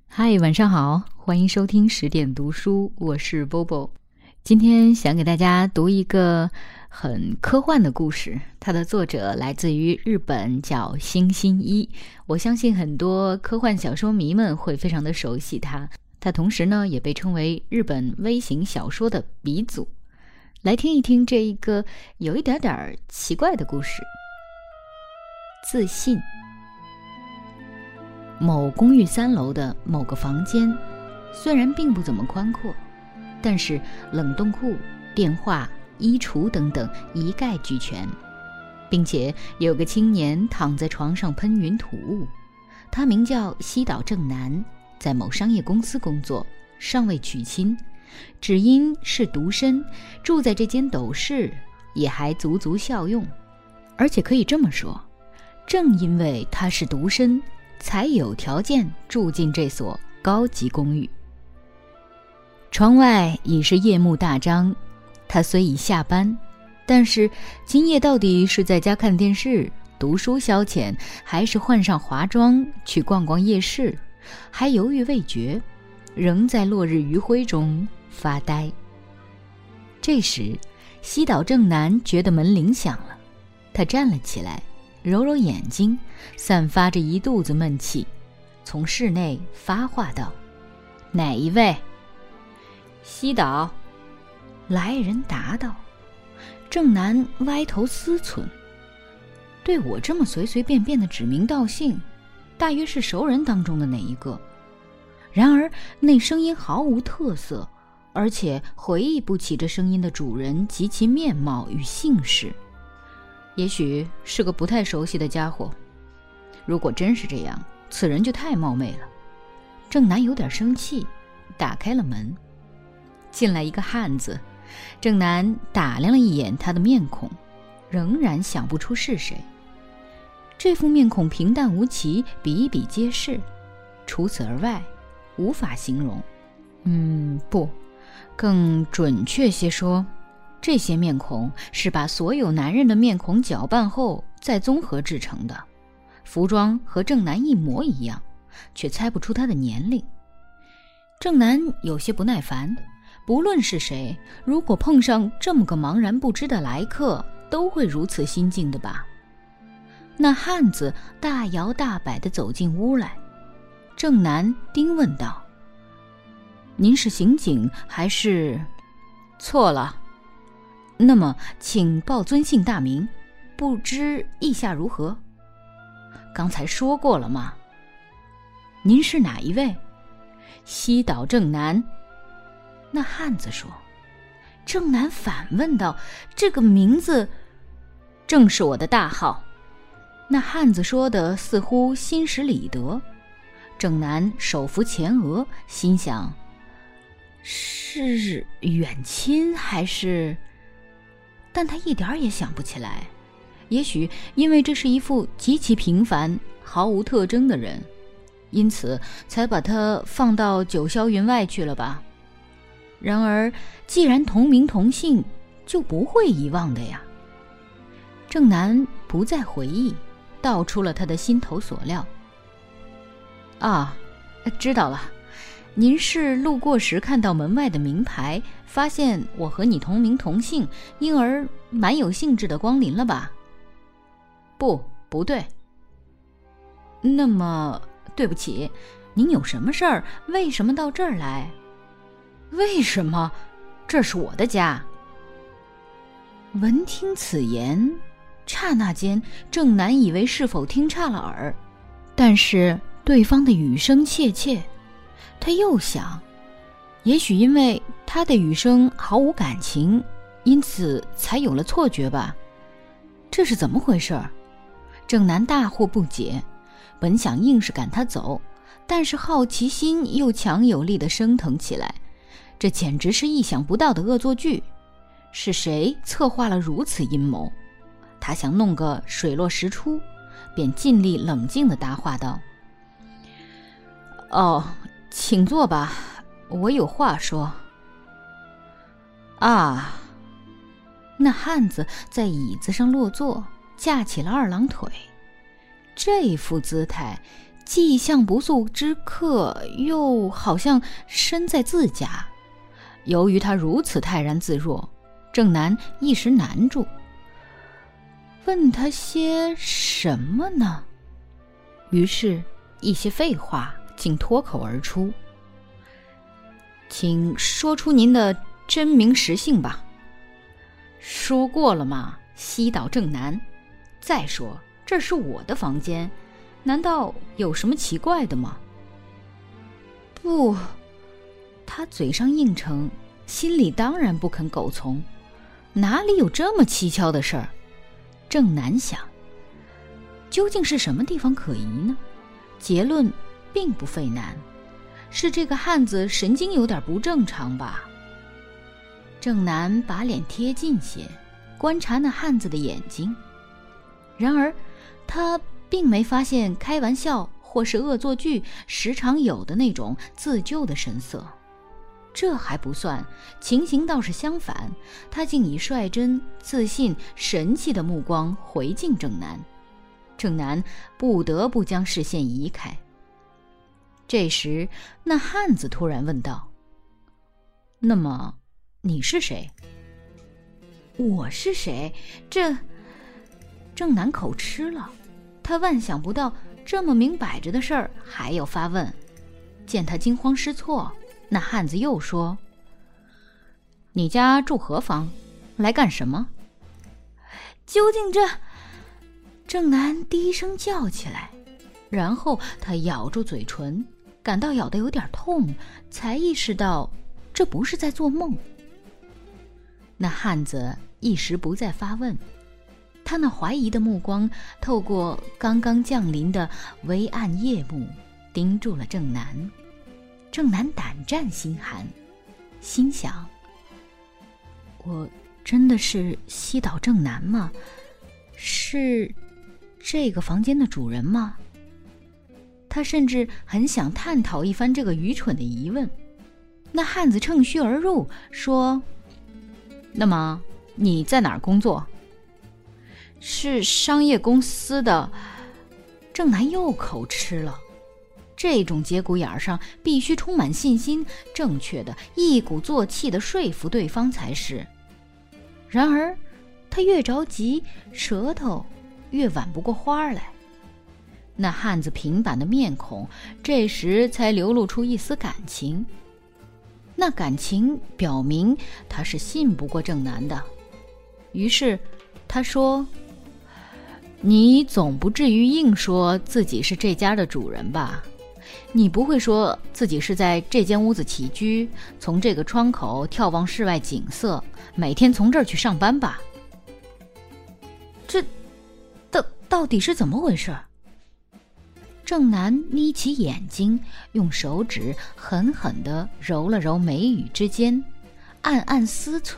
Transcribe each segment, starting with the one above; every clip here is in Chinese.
嗨，晚上好，欢迎收听10点读书，我是 Bobo。今天想给大家读一个很科幻的故事，它的作者来自于日本，叫星星一。我相信很多科幻小说迷们会非常的熟悉它，它同时呢也被称为日本微型小说的鼻祖。来听一听这一个有一点点奇怪的故事。自信。某公寓3楼的某个房间，虽然并不怎么宽阔，但是冷冻库、电话、衣橱等等一概俱全，并且有个青年躺在床上喷云吐雾。他名叫西岛正男，在某商业公司工作，尚未娶亲，只因是独身，住在这间斗室也还足足效用。而且可以这么说，正因为他是独身，才有条件住进这所高级公寓。窗外已是夜幕大张，他虽已下班，但是今夜到底是在家看电视、读书消遣，还是换上华妆去逛逛夜市，还犹豫未决，仍在落日余晖中发呆。这时，西岛正男觉得门铃响了，他站了起来，揉揉眼睛，散发着一肚子闷气，从室内发话道：哪一位？西岛。来人答道。正男歪头思忖，对我这么随随便便的指名道姓，大约是熟人当中的哪一个？然而那声音毫无特色，而且回忆不起这声音的主人及其面貌与姓氏。也许是个不太熟悉的家伙。如果真是这样，此人就太冒昧了。正男有点生气，打开了门。进来一个汉子，正男打量了一眼他的面孔，仍然想不出是谁。这副面孔平淡无奇，比比皆是，除此而外无法形容。不，更准确些说，这些面孔是把所有男人的面孔搅拌后再综合制成的，服装和正男一模一样，却猜不出他的年龄。正男有些不耐烦，不论是谁，如果碰上这么个茫然不知的来客，都会如此心境的吧。那汉子大摇大摆地走进屋来，正男丁问道：您是刑警还是？错了。那么请报尊姓大名，不知意下如何？刚才说过了吗？您是哪一位？西岛正男。那汉子说。正男反问道：这个名字正是我的大号。那汉子说的似乎心实理得。正男手扶前额，心想，是远亲还是？但他一点也想不起来，也许因为这是一副极其平凡、毫无特征的人，因此才把他放到九霄云外去了吧。然而既然同名同姓，就不会遗忘的呀。正男不再回忆，道出了他的心头所料。知道了，您是路过时看到门外的名牌，发现我和你同名同姓，因而蛮有兴致的光临了吧？不对。那么对不起，您有什么事儿？为什么到这儿来？为什么？这是我的家。闻听此言，刹那间正男以为是否听差了耳，但是对方的语声切切，他又想，也许因为他的语声毫无感情，因此才有了错觉吧。这是怎么回事？正男大惑不解，本想硬是赶他走，但是好奇心又强有力地升腾起来。这简直是意想不到的恶作剧，是谁策划了如此阴谋？他想弄个水落石出，便尽力冷静地答话道：请坐吧，我有话说。那汉子在椅子上落座，架起了二郎腿，这副姿态既像不速之客，又好像身在自家。由于他如此泰然自若，郑南一时难住，问他些什么呢？于是一些废话竟脱口而出。请说出您的真名实姓吧。说过了吗？西岛正南。再说，这是我的房间，难道有什么奇怪的吗？不，他嘴上应承，心里当然不肯苟从。哪里有这么蹊跷的事儿？正南想，究竟是什么地方可疑呢？结论并不费难，是这个汉子神经有点不正常吧。正南把脸贴近些，观察那汉子的眼睛。然而他并没发现开玩笑或是恶作剧时常有的那种自救的神色。这还不算，情形倒是相反，他竟以率真、自信、神气的目光回敬正南。正南不得不将视线移开。这时那汉子突然问道：那么你是谁？我是谁？正南口吃了，他万想不到这么明摆着的事儿还要发问。见他惊慌失措，那汉子又说：你家住何方？来干什么？究竟这……正南低声叫起来，然后他咬住嘴唇，感到咬得有点痛，才意识到这不是在做梦。那汉子一时不再发问，他那怀疑的目光透过刚刚降临的微暗夜幕盯住了正南。正南胆战心寒，心想：我真的是西岛正南吗？是这个房间的主人吗？他甚至很想探讨一番这个愚蠢的疑问。那汉子趁虚而入，说：那么你在哪儿工作？是商业公司的。正南又口吃了。这种节骨眼上必须充满信心，正确的一鼓作气地说服对方才是。然而他越着急，舌头越挽不过花来。那汉子平板的面孔这时才流露出一丝感情，那感情表明他是信不过正南的。于是他说：你总不至于硬说自己是这家的主人吧？你不会说自己是在这间屋子起居，从这个窗口眺望室外景色，每天从这儿去上班吧？这到底是怎么回事？正南眯起眼睛，用手指狠狠地揉了揉眉宇之间，暗暗思忖：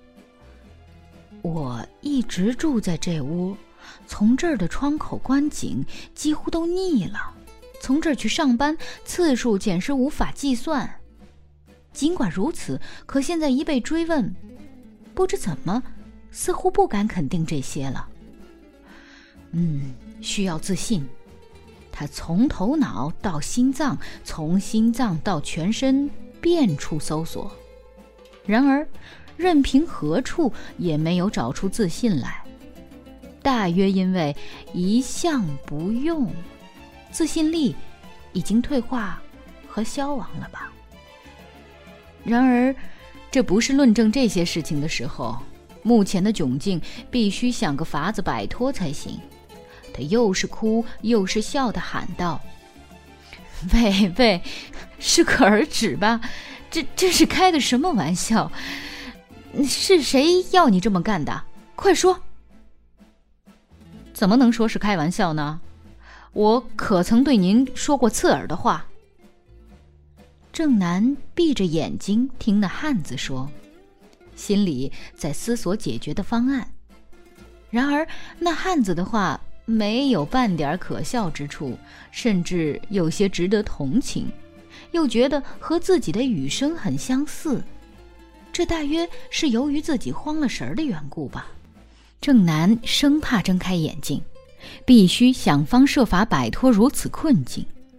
我一直住在这屋，从这儿的窗口观景几乎都腻了，从这儿去上班次数简直无法计算。尽管如此，可现在一被追问，不知怎么似乎不敢肯定这些了。需要自信。他从头脑到心脏，从心脏到全身遍处搜索，然而任凭何处也没有找出自信来。大约因为一向不用，自信力已经退化和消亡了吧。然而这不是论证这些事情的时候，目前的窘境必须想个法子摆脱才行。他又是哭又是笑地喊道：喂，适可而止吧，这是开的什么玩笑？是谁要你这么干的？快说！怎么能说是开玩笑呢？我可曾对您说过刺耳的话？正南闭着眼睛听那汉子说，心里在思索解决的方案。然而那汉子的话没有半点可笑之处，甚至有些值得同情，又觉得和自己的语声很相似。这大约是由于自己慌了神儿的缘故吧。正南生怕睁开眼睛，必须想方设法摆脱如此困境，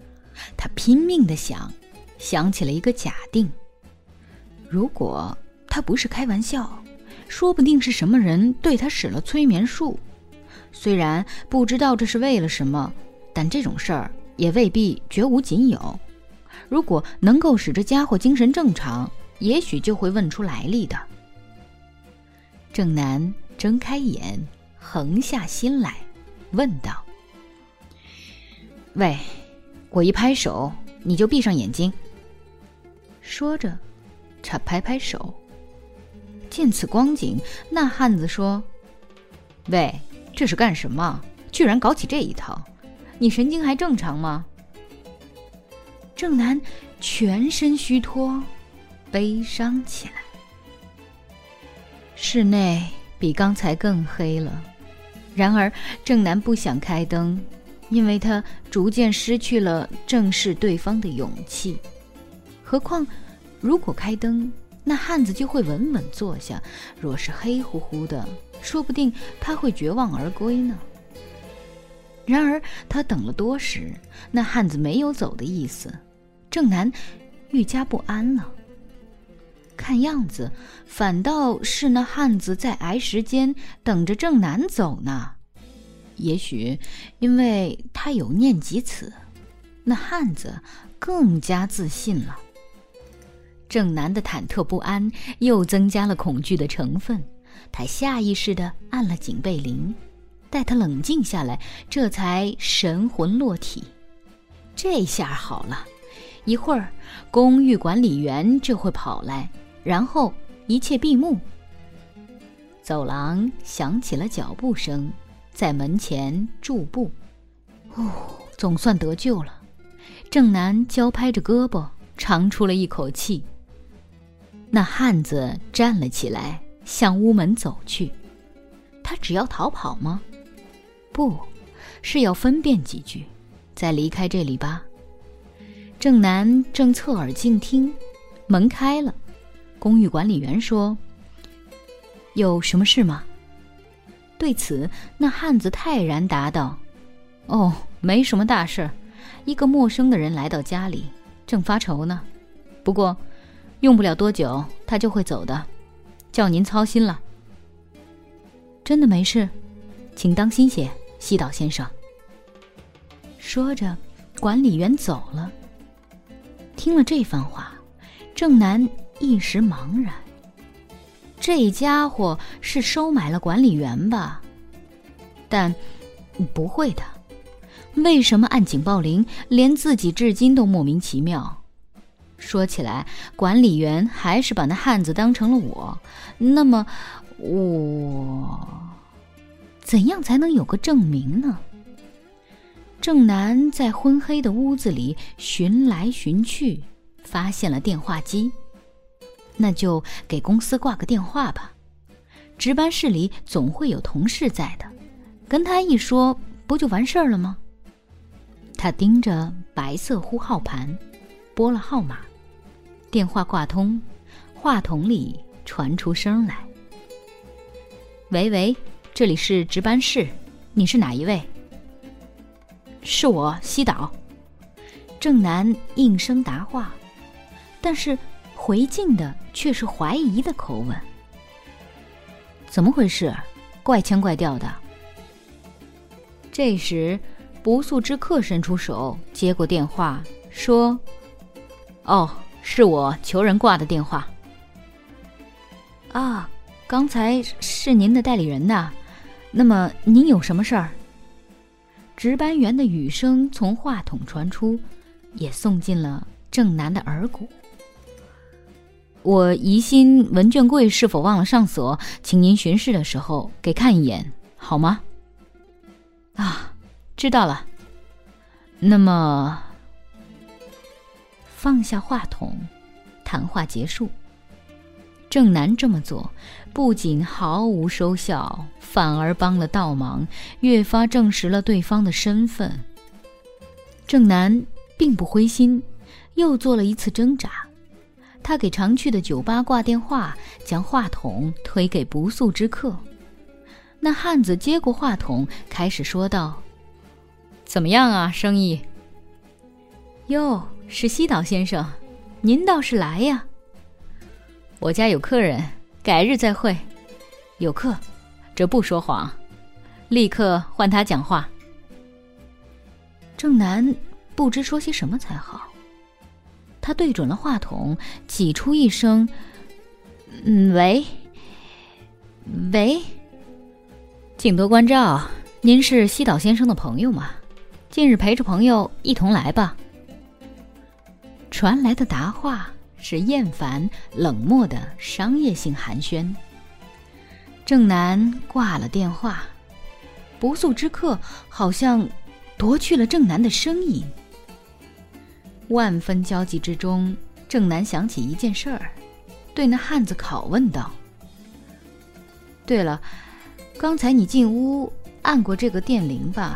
他拼命地想起了一个假定：如果他不是开玩笑，说不定是什么人对他使了催眠术。虽然不知道这是为了什么，但这种事儿也未必绝无仅有。如果能够使这家伙精神正常，也许就会问出来历的。郑南睁开眼，横下心来，问道：喂，我一拍手，你就闭上眼睛。说着，他拍拍手。见此光景，那汉子说：喂，这是干什么？居然搞起这一套，你神经还正常吗？郑南全身虚脱，悲伤起来。室内比刚才更黑了，然而郑南不想开灯，因为他逐渐失去了正视对方的勇气。何况如果开灯，那汉子就会稳稳坐下，若是黑乎乎的，说不定他会绝望而归呢。然而他等了多时，那汉子没有走的意思，郑南愈加不安了。看样子反倒是那汉子在挨时间等着郑南走呢。也许因为他有念及此，那汉子更加自信了。郑南的忐忑不安又增加了恐惧的成分，他下意识地按了警备铃。待他冷静下来，这才神魂落体。这下好了，一会儿公寓管理员就会跑来，然后一切闭幕。走廊响起了脚步声，在门前驻步。总算得救了。郑南交拍着胳膊，长出了一口气。那汉子站了起来，向屋门走去。他只要逃跑吗？不，是要分辨几句，再离开这里吧。郑南正侧耳静听，门开了。公寓管理员说：有什么事吗？对此，那汉子泰然答道：没什么大事，一个陌生的人来到家里，正发愁呢。不过用不了多久他就会走的，叫您操心了。真的没事，请当心些，西岛先生。说着，管理员走了。听了这番话，郑南一时茫然。这家伙是收买了管理员吧？但不会的，为什么按警报铃，连自己至今都莫名其妙？说起来，管理员还是把那汉子当成了我，那么我怎样才能有个证明呢？郑南在昏黑的屋子里寻来寻去，发现了电话机。那就给公司挂个电话吧，值班室里总会有同事在的，跟他一说不就完事儿了吗？他盯着白色呼号盘，拨了号码，电话挂通，话筒里传出声来：喂，这里是值班室，你是哪一位？是我，西岛。郑南应声答话，但是回敬的却是怀疑的口吻。怎么回事？怪腔怪调的。这时不速之客伸出手接过电话，说：是我求人挂的电话。刚才是您的代理人呐，那么您有什么事儿？值班员的语声从话筒传出，也送进了郑南的耳骨。我疑心文卷柜是否忘了上锁，请您巡视的时候给看一眼，好吗？知道了。那么，放下话筒，谈话结束。郑南这么做，不仅毫无收效，反而帮了倒忙，越发证实了对方的身份。郑南并不灰心，又做了一次挣扎。他给常去的酒吧挂电话，将话筒推给不速之客。那汉子接过话筒，开始说道：怎么样啊，生意？ 哟，是西岛先生，您倒是来呀。我家有客人，改日再会。有客，这不说谎，立刻换他讲话。郑南不知说些什么才好，他对准了话筒，挤出一声：“喂，喂，请多关照，您是西岛先生的朋友吗？近日陪着朋友一同来吧。”传来的答话是厌烦冷漠的商业性寒暄。郑南挂了电话，不速之客好像夺去了郑南的声音。万分焦急之中，郑南想起一件事儿，对那汉子拷问道：“对了，刚才你进屋按过这个电铃吧？”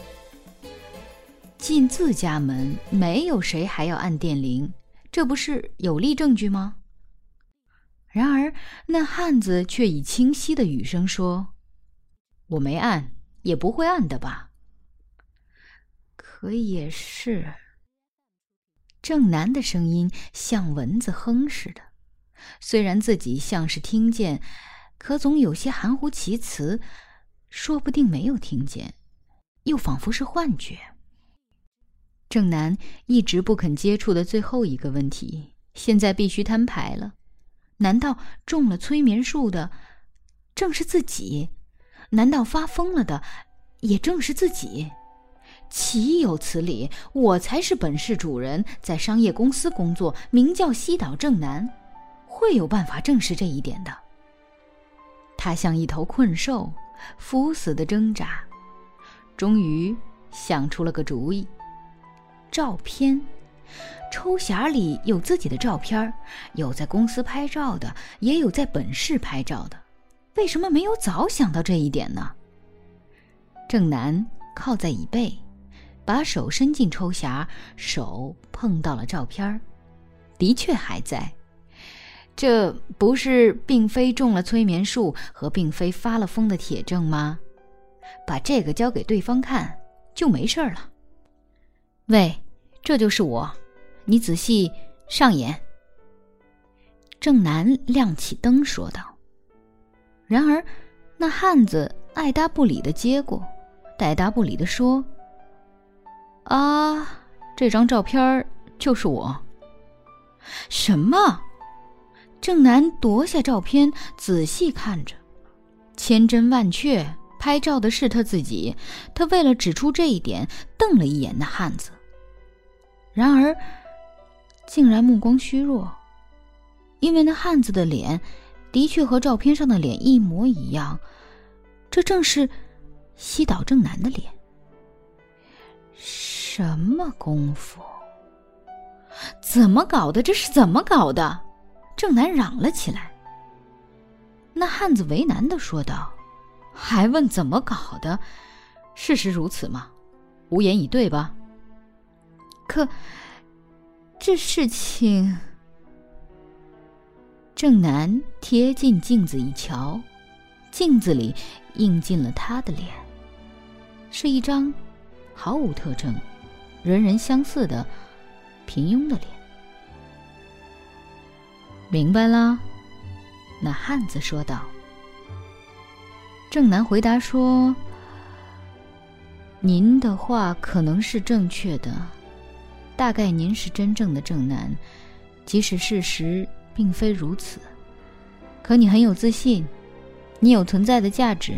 进自家门，没有谁还要按电铃，这不是有力证据吗？然而那汉子却以清晰的语声说：“我没按，也不会按的吧？”可也是。郑南的声音像蚊子哼似的，虽然自己像是听见，可总有些含糊其辞，说不定没有听见，又仿佛是幻觉。郑南一直不肯接触的最后一个问题，现在必须摊牌了。难道中了催眠术的正是自己？难道发疯了的也正是自己？岂有此理！我才是本市主人，在商业公司工作，名叫西岛正南，会有办法证实这一点的。他像一头困兽，赴死的挣扎，终于想出了个主意。照片，抽匣里有自己的照片，有在公司拍照的，也有在本市拍照的，为什么没有早想到这一点呢？郑南靠在椅背，把手伸进抽匣，手碰到了照片，的确还在。这不是并非中了催眠术和并非发了疯的铁证吗？把这个交给对方看，就没事了。喂，这就是我，你仔细上眼。郑南亮起灯说道。然而那汉子爱答不理地接过，带答不理地说：“啊，这张照片就是我。”什么？郑南夺下照片仔细看着，千真万确，拍照的是他自己。他为了指出这一点，瞪了一眼那汉子，然而竟然目光虚弱，因为那汉子的脸的确和照片上的脸一模一样，这正是西岛正南的脸。什么功夫？怎么搞的？这是怎么搞的？郑南嚷了起来。那汉子为难地说道：“还问怎么搞的？事实如此吗？无言以对吧？”可这事情……郑南贴近镜子一瞧，镜子里映进了他的脸，是一张毫无特征、人人相似的平庸的脸。明白了，那汉子说道。郑南回答说：“您的话可能是正确的，大概您是真正的正南，即使事实并非如此，可你很有自信，你有存在的价值。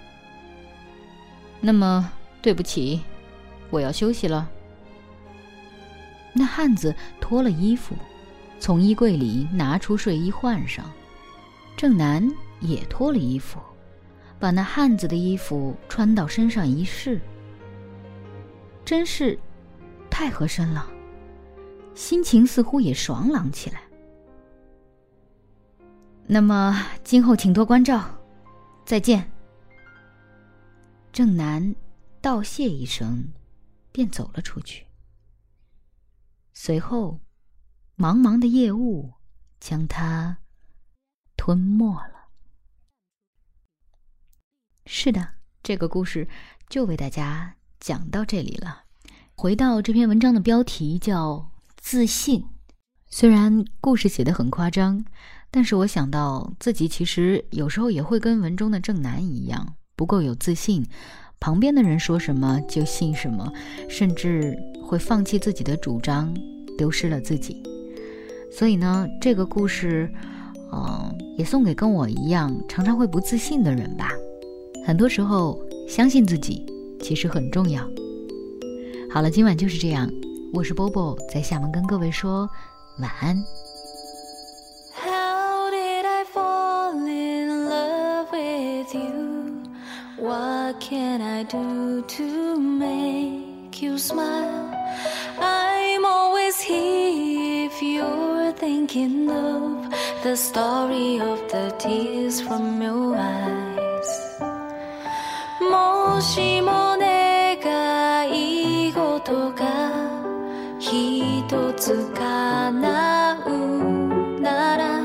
那么对不起，我要休息了。”那汉子脱了衣服，从衣柜里拿出睡衣换上，郑南也脱了衣服，把那汉子的衣服穿到身上一试，真是太合身了，心情似乎也爽朗起来。那么今后请多关照，再见。郑南道谢一声，便走了出去。随后茫茫的夜雾将他吞没了。是的，这个故事就为大家讲到这里了。 回到这篇文章的标题叫自信，虽然故事写得很夸张，但是我想到自己其实有时候也会跟文中的正南一样，不够有自信，旁边的人说什么就信什么，甚至会放弃自己的主张，丢失了自己。所以呢，这个故事也送给跟我一样常常会不自信的人吧。很多时候相信自己其实很重要。好了，今晚就是这样，我是波波，在厦门跟各位说晚安。 How did I fall in love with you? What can I do to make you smile? I'm always here if you're thinking of the story of the tears from your eyes. もしも願い事が一つ叶うなら、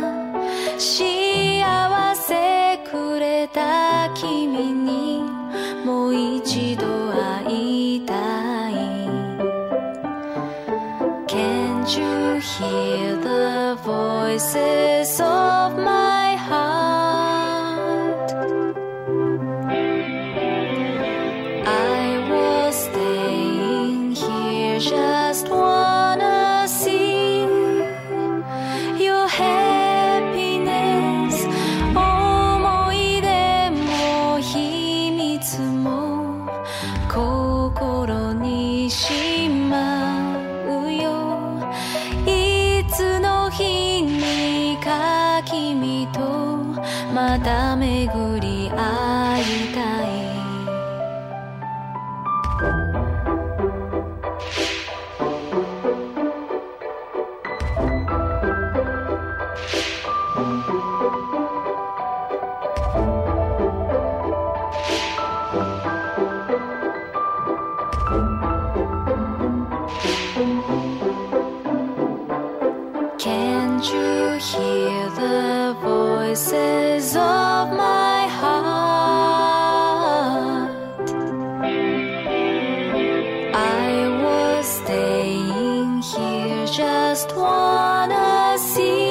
幸せくれた君にもう一度会いたい。 Can't you hear the voices of my heart? I was staying here, just wanna see your happiness. 思い出も秘密も心にしまうよ。いつの日にか君とまた巡り会いたい。Can't you hear the voices of my heart? I was staying here, just wanna see